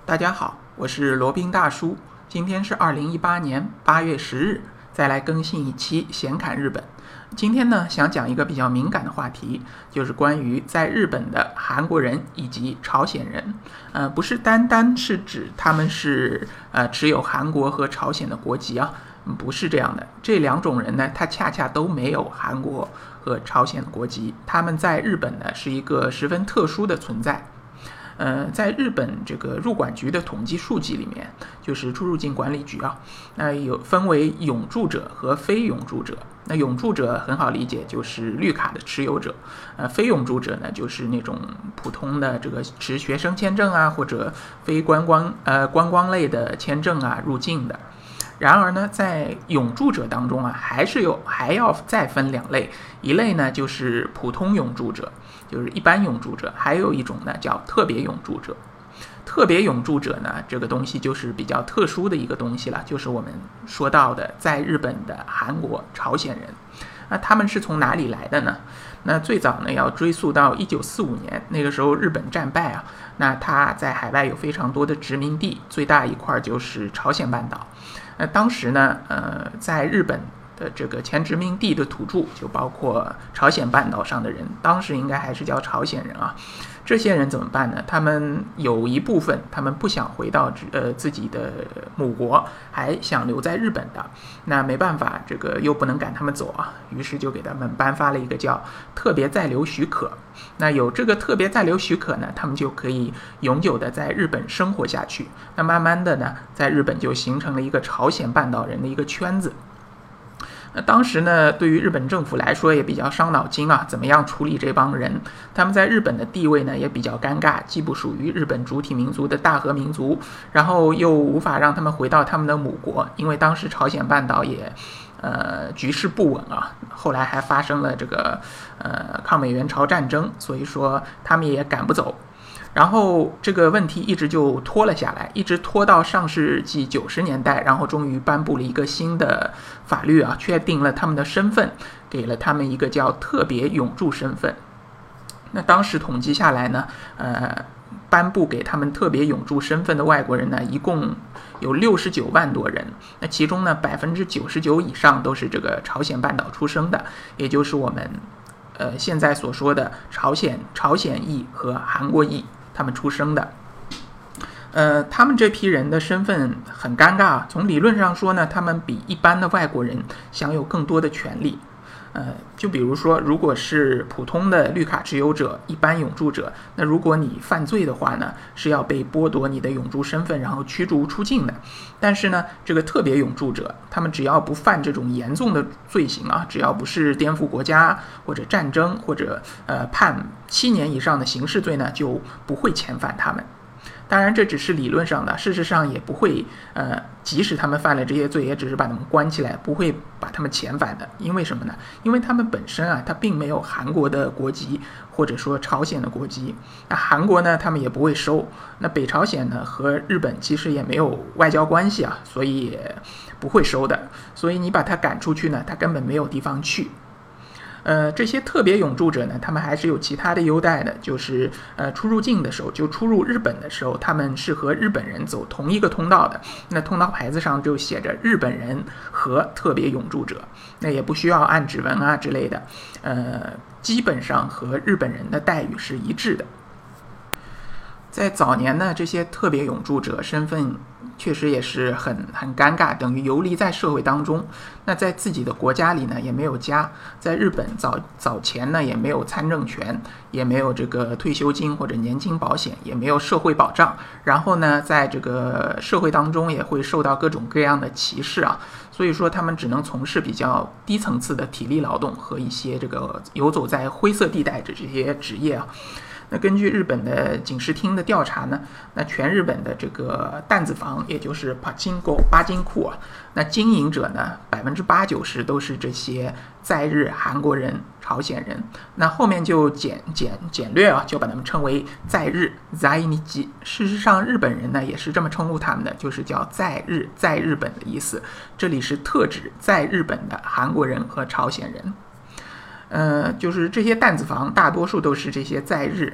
大家好，我是罗宾大叔。今天是2018年8月10日，再来更新一期闲侃日本。今天呢，想讲一个比较敏感的话题，就是关于在日本的韩国人以及朝鲜人。不是单单是指他们是持有韩国和朝鲜的国籍啊，不是这样的。这两种人呢，他恰恰都没有韩国和朝鲜的国籍，他们在日本呢是一个十分特殊的存在。在日本这个入管局的统计数据里面，就是出入境管理局啊，有分为永住者和非永住者。那永住者很好理解，就是绿卡的持有者。非永住者呢，就是那种普通的这个持学生签证啊，或者非观光类的签证啊入境的。然而呢，在永住者当中啊，还要再分两类，一类呢就是普通永住者，就是一般永住者，还有一种呢叫特别永住者。特别永住者呢，这个东西就是比较特殊的一个东西了，就是我们说到的在日本的韩国、朝鲜人。那他们是从哪里来的呢？那最早呢要追溯到1945年，那个时候日本战败啊，那他在海外有非常多的殖民地，最大一块就是朝鲜半岛。那当时呢，在日本的这个前殖民地的土著，就包括朝鲜半岛上的人，当时应该还是叫朝鲜人啊。这些人怎么办呢？他们有一部分，他们不想回到自己的母国，还想留在日本的。那没办法，这个又不能赶他们走啊，于是就给他们颁发了一个叫特别在留许可。那有这个特别在留许可呢，他们就可以永久的在日本生活下去。那慢慢的呢，在日本就形成了一个朝鲜半岛人的一个圈子。那当时呢，对于日本政府来说也比较伤脑筋啊，怎么样处理这帮人？他们在日本的地位呢也比较尴尬，既不属于日本主体民族的大和民族，然后又无法让他们回到他们的母国，因为当时朝鲜半岛也局势不稳啊，后来还发生了这个抗美援朝战争，所以说他们也赶不走。然后这个问题一直就拖了下来，一直拖到上世纪90年代，然后终于颁布了一个新的法律啊，确定了他们的身份，给了他们一个叫特别永住身份。那当时统计下来呢，颁布给他们特别永住身份的外国人呢，一共有69万多人。那其中呢，99%以上都是这个朝鲜半岛出生的，也就是我们现在所说的朝鲜裔和韩国裔。他们出生的，他们这批人的身份很尴尬。从理论上说呢，他们比一般的外国人享有更多的权利。就比如说，如果是普通的绿卡持有者、一般永住者，那如果你犯罪的话呢，是要被剥夺你的永住身份，然后驱逐出境的。但是呢，这个特别永住者，他们只要不犯这种严重的罪行啊，只要不是颠覆国家或者战争或者判7年以上的刑事罪呢，就不会遣返他们。当然这只是理论上的，事实上也不会即使他们犯了这些罪，也只是把他们关起来，不会把他们遣返的。因为什么呢？因为他们本身啊，他并没有韩国的国籍，或者说朝鲜的国籍。那韩国呢，他们也不会收。那北朝鲜呢和日本其实也没有外交关系啊，所以也不会收的。所以你把他赶出去呢，他根本没有地方去。这些特别永住者呢，他们还是有其他的优待的，就是出入境的时候，就出入日本的时候，他们是和日本人走同一个通道的。那通道牌子上就写着日本人和特别永住者，那也不需要按指纹啊之类的，基本上和日本人的待遇是一致的。在早年呢，这些特别永住者身份确实也是很尴尬，等于游离在社会当中。那在自己的国家里呢，也没有家。在日本早前呢，也没有参政权，也没有这个退休金或者年金保险，也没有社会保障。然后呢，在这个社会当中也会受到各种各样的歧视啊。所以说他们只能从事比较低层次的体力劳动和一些这个游走在灰色地带的这些职业啊。那根据日本的警视厅的调查呢，那全日本的这个弹子房，也就是パチンコ八金库啊，那经营者呢80%-90%都是这些在日韩国人、朝鲜人。那后面就简略啊，就把他们称为在日在日。事实上，日本人呢也是这么称呼他们的，就是叫在日本的意思。这里是特指在日本的韩国人和朝鲜人。就是这些弹子房大多数都是这些在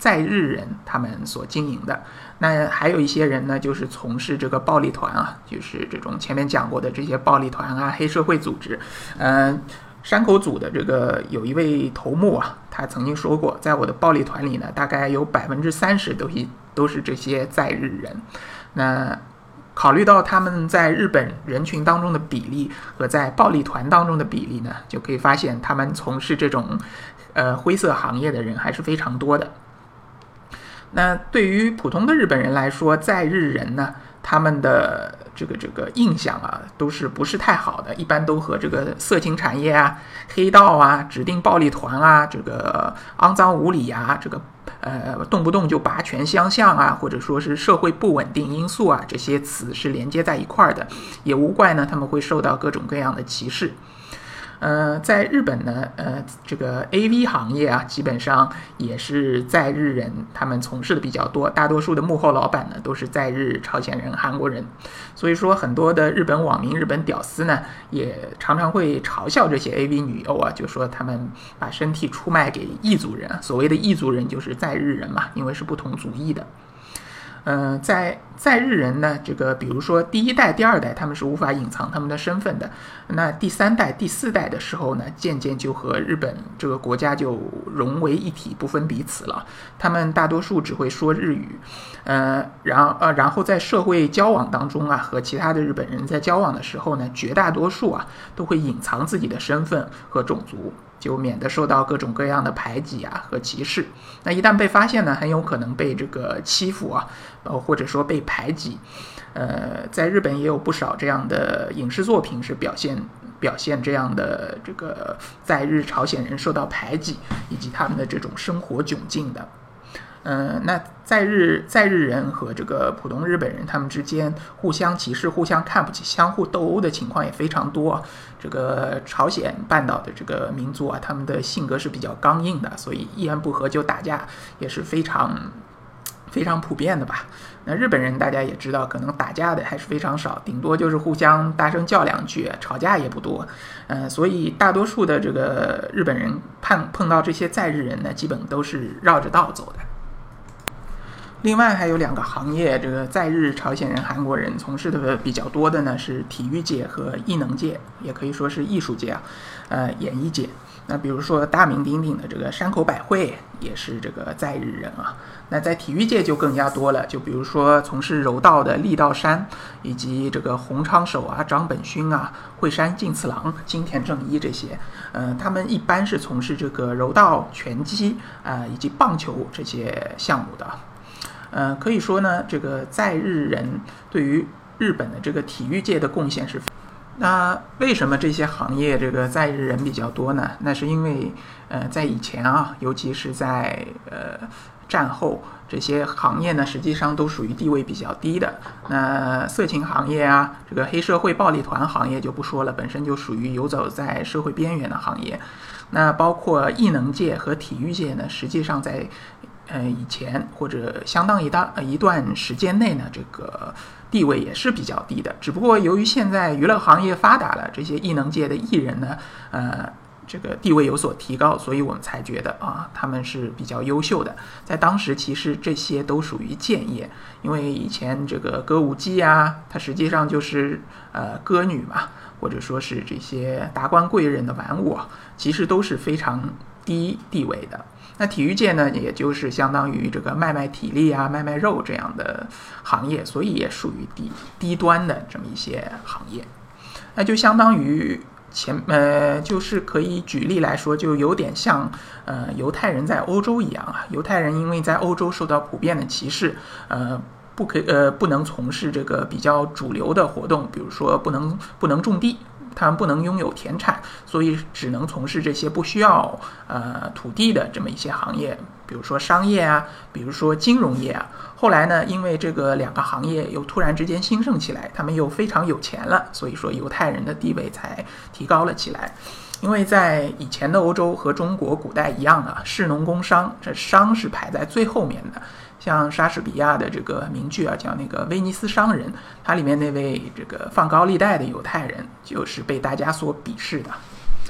在日人他们所经营的。那还有一些人呢，就是从事这个暴力团啊，就是这种前面讲过的这些暴力团啊、黑社会组织。山口组的这个有一位头目啊，他曾经说过，在我的暴力团里呢，大概有30%都是这些在日人。那考虑到他们在日本人群当中的比例和在暴力团当中的比例呢，就可以发现他们从事这种灰色行业的人还是非常多的。那对于普通的日本人来说，在日人呢，他们的这个印象啊，都是不是太好的，一般都和这个色情产业啊、黑道啊、指定暴力团啊、这个肮脏无理啊、这个动不动就拔拳相向啊，或者说是社会不稳定因素啊，这些词是连接在一块的，也无怪呢他们会受到各种各样的歧视。在日本呢，这个 AV 行业啊，基本上也是在日人他们从事的比较多，大多数的幕后老板呢都是在日、朝鲜人、韩国人，所以说很多的日本网民、日本屌丝呢，也常常会嘲笑这些 AV 女优啊，就说他们把身体出卖给异族人，所谓的异族人就是在日人嘛，因为是不同族裔的。在日人呢，这个比如说第一代、第二代，他们是无法隐藏他们的身份的。那第三代、第四代的时候呢，渐渐就和日本这个国家就融为一体，不分彼此了。他们大多数只会说日语，然后在社会交往当中啊，和其他的日本人在交往的时候呢，绝大多数啊都会隐藏自己的身份和种族，就免得受到各种各样的排挤啊和歧视。那一旦被发现呢，很有可能被这个欺负啊，或者说被排挤。在日本也有不少这样的影视作品是表现这样的这个在日朝鲜人受到排挤以及他们的这种生活窘境的。那在日人和这个普通日本人他们之间互相歧视、互相看不起、相互斗殴的情况也非常多。这个朝鲜半岛的这个民族啊，他们的性格是比较刚硬的，所以一言不合就打架也是非常普遍的吧。那日本人大家也知道，可能打架的还是非常少，顶多就是互相大声叫两句，吵架也不多。所以大多数的这个日本人碰到这些在日人呢，基本都是绕着道走的。另外还有2个行业，这个在日朝鲜人、韩国人从事的比较多的呢是体育界和艺能界，也可以说是艺术界啊，演艺界。那比如说大名鼎鼎的这个山口百惠也是这个在日人啊。那在体育界就更加多了，就比如说从事柔道的立道山，以及这个洪昌守啊、张本勋啊、惠山晋次郎、金田正一这些，他们一般是从事这个柔道、拳击以及棒球这些项目的。可以说呢，这个在日人对于日本的这个体育界的贡献是。那为什么这些行业这个在日人比较多呢？那是因为在以前啊，尤其是在战后，这些行业呢实际上都属于地位比较低的。那色情行业啊，这个黑社会暴力团行业就不说了，本身就属于游走在社会边缘的行业。那包括艺能界和体育界呢，实际上在以前或者相当一段时间内呢，这个地位也是比较低的。只不过由于现在娱乐行业发达了，这些艺能界的艺人呢，这个地位有所提高，所以我们才觉得啊，他们是比较优秀的。在当时，其实这些都属于贱业，因为以前这个歌舞伎啊，它实际上就是歌女嘛，或者说是这些达官贵人的玩物啊，其实都是非常低地位的。那体育界呢，也就是相当于这个卖体力啊、卖肉这样的行业，所以也属于低端的这么一些行业。那就相当于就是可以举例来说，就有点像犹太人在欧洲一样啊。犹太人因为在欧洲受到普遍的歧视，不能从事这个比较主流的活动，比如说不能种地。他们不能拥有田产，所以只能从事这些不需要土地的这么一些行业，比如说商业啊，比如说金融业啊。后来呢，因为这个2个行业又突然之间兴盛起来，他们又非常有钱了，所以说犹太人的地位才提高了起来。因为在以前的欧洲和中国古代一样啊，士农工商，这商是排在最后面的。像莎士比亚的这个名剧啊，叫那个《威尼斯商人》，它里面那位这个放高利贷的犹太人，就是被大家所鄙视的。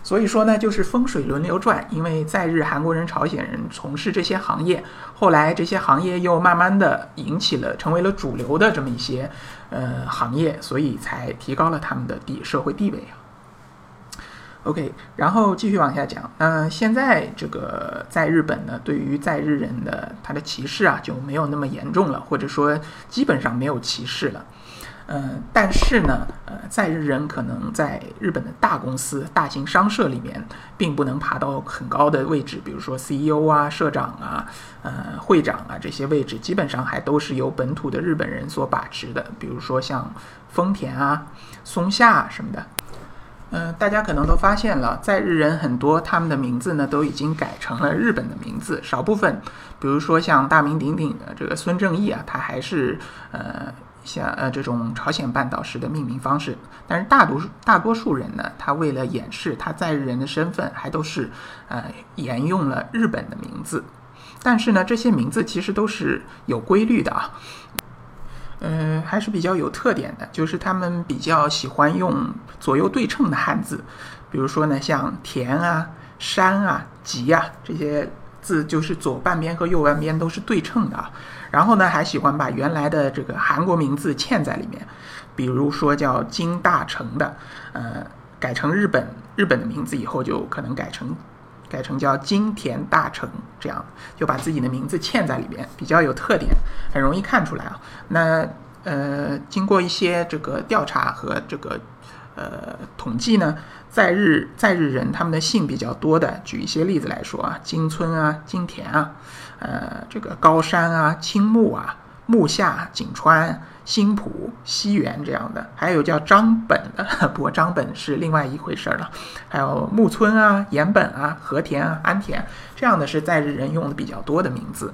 所以说呢，就是风水轮流转，因为在日韩国人、朝鲜人从事这些行业，后来这些行业又慢慢的成为了主流的这么一些行业，所以才提高了他们的社会地位啊。OK， 然后继续往下讲。现在这个在日本呢，对于在日人的他的歧视啊就没有那么严重了，或者说基本上没有歧视了。但是呢，在日人可能在日本的大公司、大型商社里面，并不能爬到很高的位置，比如说 CEO 啊、社长啊、会长啊这些位置，基本上还都是由本土的日本人所把持的，比如说像丰田啊、松下什么的。大家可能都发现了，在日人很多他们的名字呢都已经改成了日本的名字，少部分，比如说像大名鼎鼎的这个孙正义啊，他还是像这种朝鲜半岛式的命名方式，但是大多数人呢，他为了掩饰他在日人的身份，还都是沿用了日本的名字。但是呢，这些名字其实都是有规律的啊。还是比较有特点的，就是他们比较喜欢用左右对称的汉字，比如说呢，像田啊、山啊、吉啊这些字，就是左半边和右半边都是对称的啊。然后呢，还喜欢把原来的这个韩国名字嵌在里面，比如说叫金大成的，改成日本的名字以后，就可能改成叫金田大成，这样就把自己的名字嵌在里边，比较有特点，很容易看出来啊。那经过一些这个调查和这个统计呢，在日人他们的姓比较多的，举一些例子来说啊，金村啊、金田啊，这个高山啊、青木啊、木下、井川、新浦、西园这样的，还有叫张本的，不过张本是另外一回事了。还有木村啊、岩本啊、和田啊、安田这样的是在日人用的比较多的名字。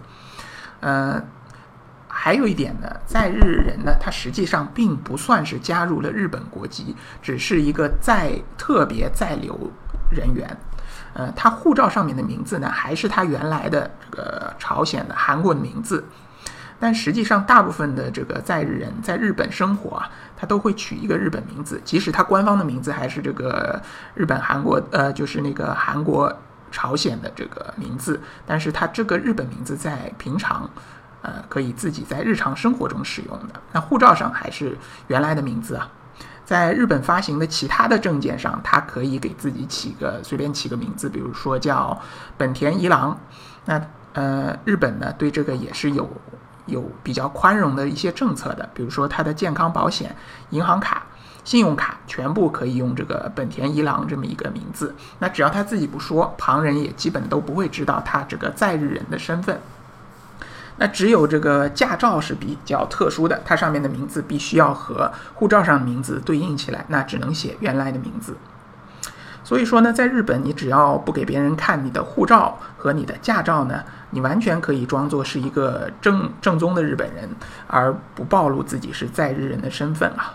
还有一点呢，在日人呢，他实际上并不算是加入了日本国籍，只是一个特别在留人员。他护照上面的名字呢，还是他原来的这个朝鲜的、韩国的名字。但实际上，大部分的这个在日人在日本生活啊，他都会取一个日本名字，即使他官方的名字还是这个日本、韩国，就是那个韩国、朝鲜的这个名字，但是他这个日本名字在平常，可以自己在日常生活中使用的。那护照上还是原来的名字啊。在日本发行的其他的证件上，他可以给自己随便起个名字，比如说叫本田一郎。那日本呢，对这个也是有比较宽容的一些政策的，比如说他的健康保险、银行卡、信用卡全部可以用这个本田一郎这么一个名字。那只要他自己不说，旁人也基本都不会知道他这个在日人的身份。那只有这个驾照是比较特殊的，它上面的名字必须要和护照上的名字对应起来，那只能写原来的名字。所以说呢，在日本，你只要不给别人看你的护照和你的驾照呢，你完全可以装作是一个正宗的日本人，而不暴露自己是在日人的身份啊。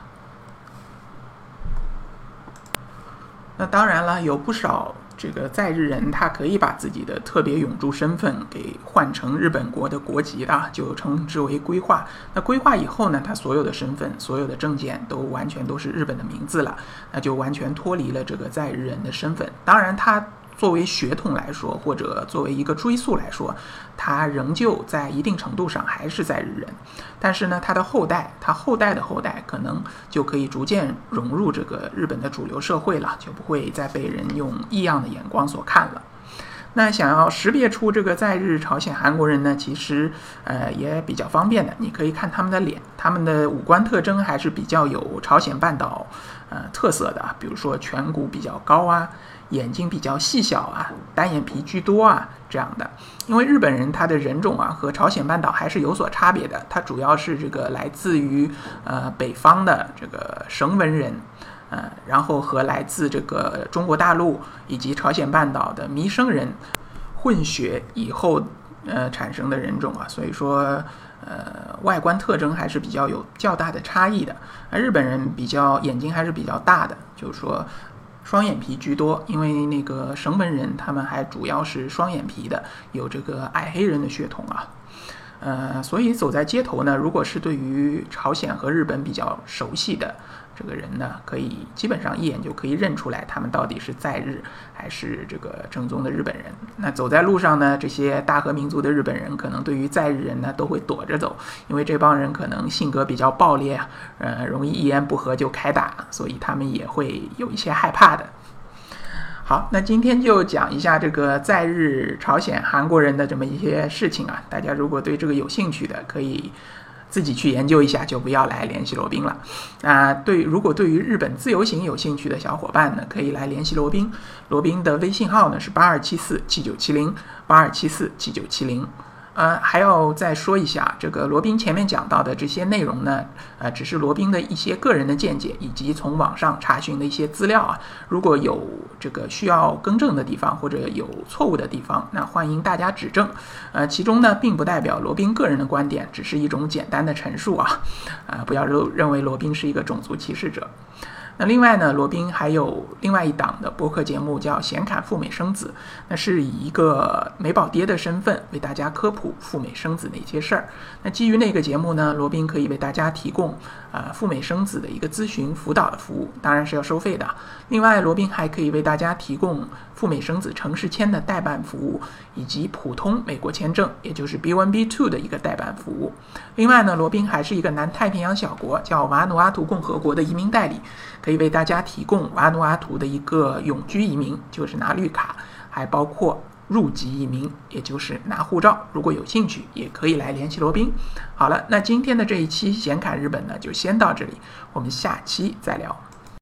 那当然了，有不少这个在日人他可以把自己的特别永驻身份给换成日本国的国籍的，就称之为归化。那归化以后呢，他所有的身份、所有的证件都完全都是日本的名字了，那就完全脱离了这个在日人的身份。当然他作为血统来说，或者作为一个追溯来说，他仍旧在一定程度上还是在日人。但是呢，他后代的后代可能就可以逐渐融入这个日本的主流社会了，就不会再被人用异样的眼光所看了。那想要识别出这个在日、朝鲜、韩国人呢，其实也比较方便的。你可以看他们的脸，他们的五官特征还是比较有朝鲜半岛特色的，比如说颧骨比较高啊，眼睛比较细小啊，单眼皮居多啊这样的。因为日本人他的人种啊和朝鲜半岛还是有所差别的，他主要是这个来自于北方的这个绳文人。然后和来自这个中国大陆以及朝鲜半岛的弥生人混血以后产生的人种啊，所以说外观特征还是比较有较大的差异的。日本人眼睛还是比较大的，就是说双眼皮居多，因为那个绳文人他们还主要是双眼皮的，有这个矮黑人的血统啊。所以走在街头呢，如果是对于朝鲜和日本比较熟悉的这个人呢，可以基本上一眼就可以认出来他们到底是在日还是这个正宗的日本人。那走在路上呢，这些大和民族的日本人可能对于在日人呢都会躲着走，因为这帮人可能性格比较暴烈啊，容易一言不合就开打，所以他们也会有一些害怕的。好，那今天就讲一下这个在日、朝鲜、韩国人的这么一些事情啊。大家如果对这个有兴趣的，可以自己去研究一下，就不要来联系罗宾了。如果对于日本自由行有兴趣的小伙伴呢，可以来联系罗宾。罗宾的微信号呢是82747970，82747970。还要再说一下，这个罗宾前面讲到的这些内容呢，只是罗宾的一些个人的见解，以及从网上查询的一些资料啊。如果有这个需要更正的地方，或者有错误的地方，那欢迎大家指正。其中呢，并不代表罗宾个人的观点，只是一种简单的陈述啊。不要认为罗宾是一个种族歧视者。那另外呢，罗宾还有另外一档的播客节目叫闲侃赴美生子，那是以一个美宝爹的身份为大家科普赴美生子的一些事儿。那基于那个节目呢，罗宾可以为大家提供赴美生子的一个咨询辅导的服务，当然是要收费的。另外，罗宾还可以为大家提供赴美生子城市签的代办服务，以及普通美国签证，也就是 B1B2 的一个代办服务。另外呢，罗宾还是一个南太平洋小国叫瓦努阿图共和国的移民代理，可以为大家提供瓦努阿图的一个永居移民，就是拿绿卡，还包括入籍移民，也就是拿护照。如果有兴趣，也可以来联系罗宾。好了，那今天的这一期闲侃日本呢，就先到这里，我们下期再聊。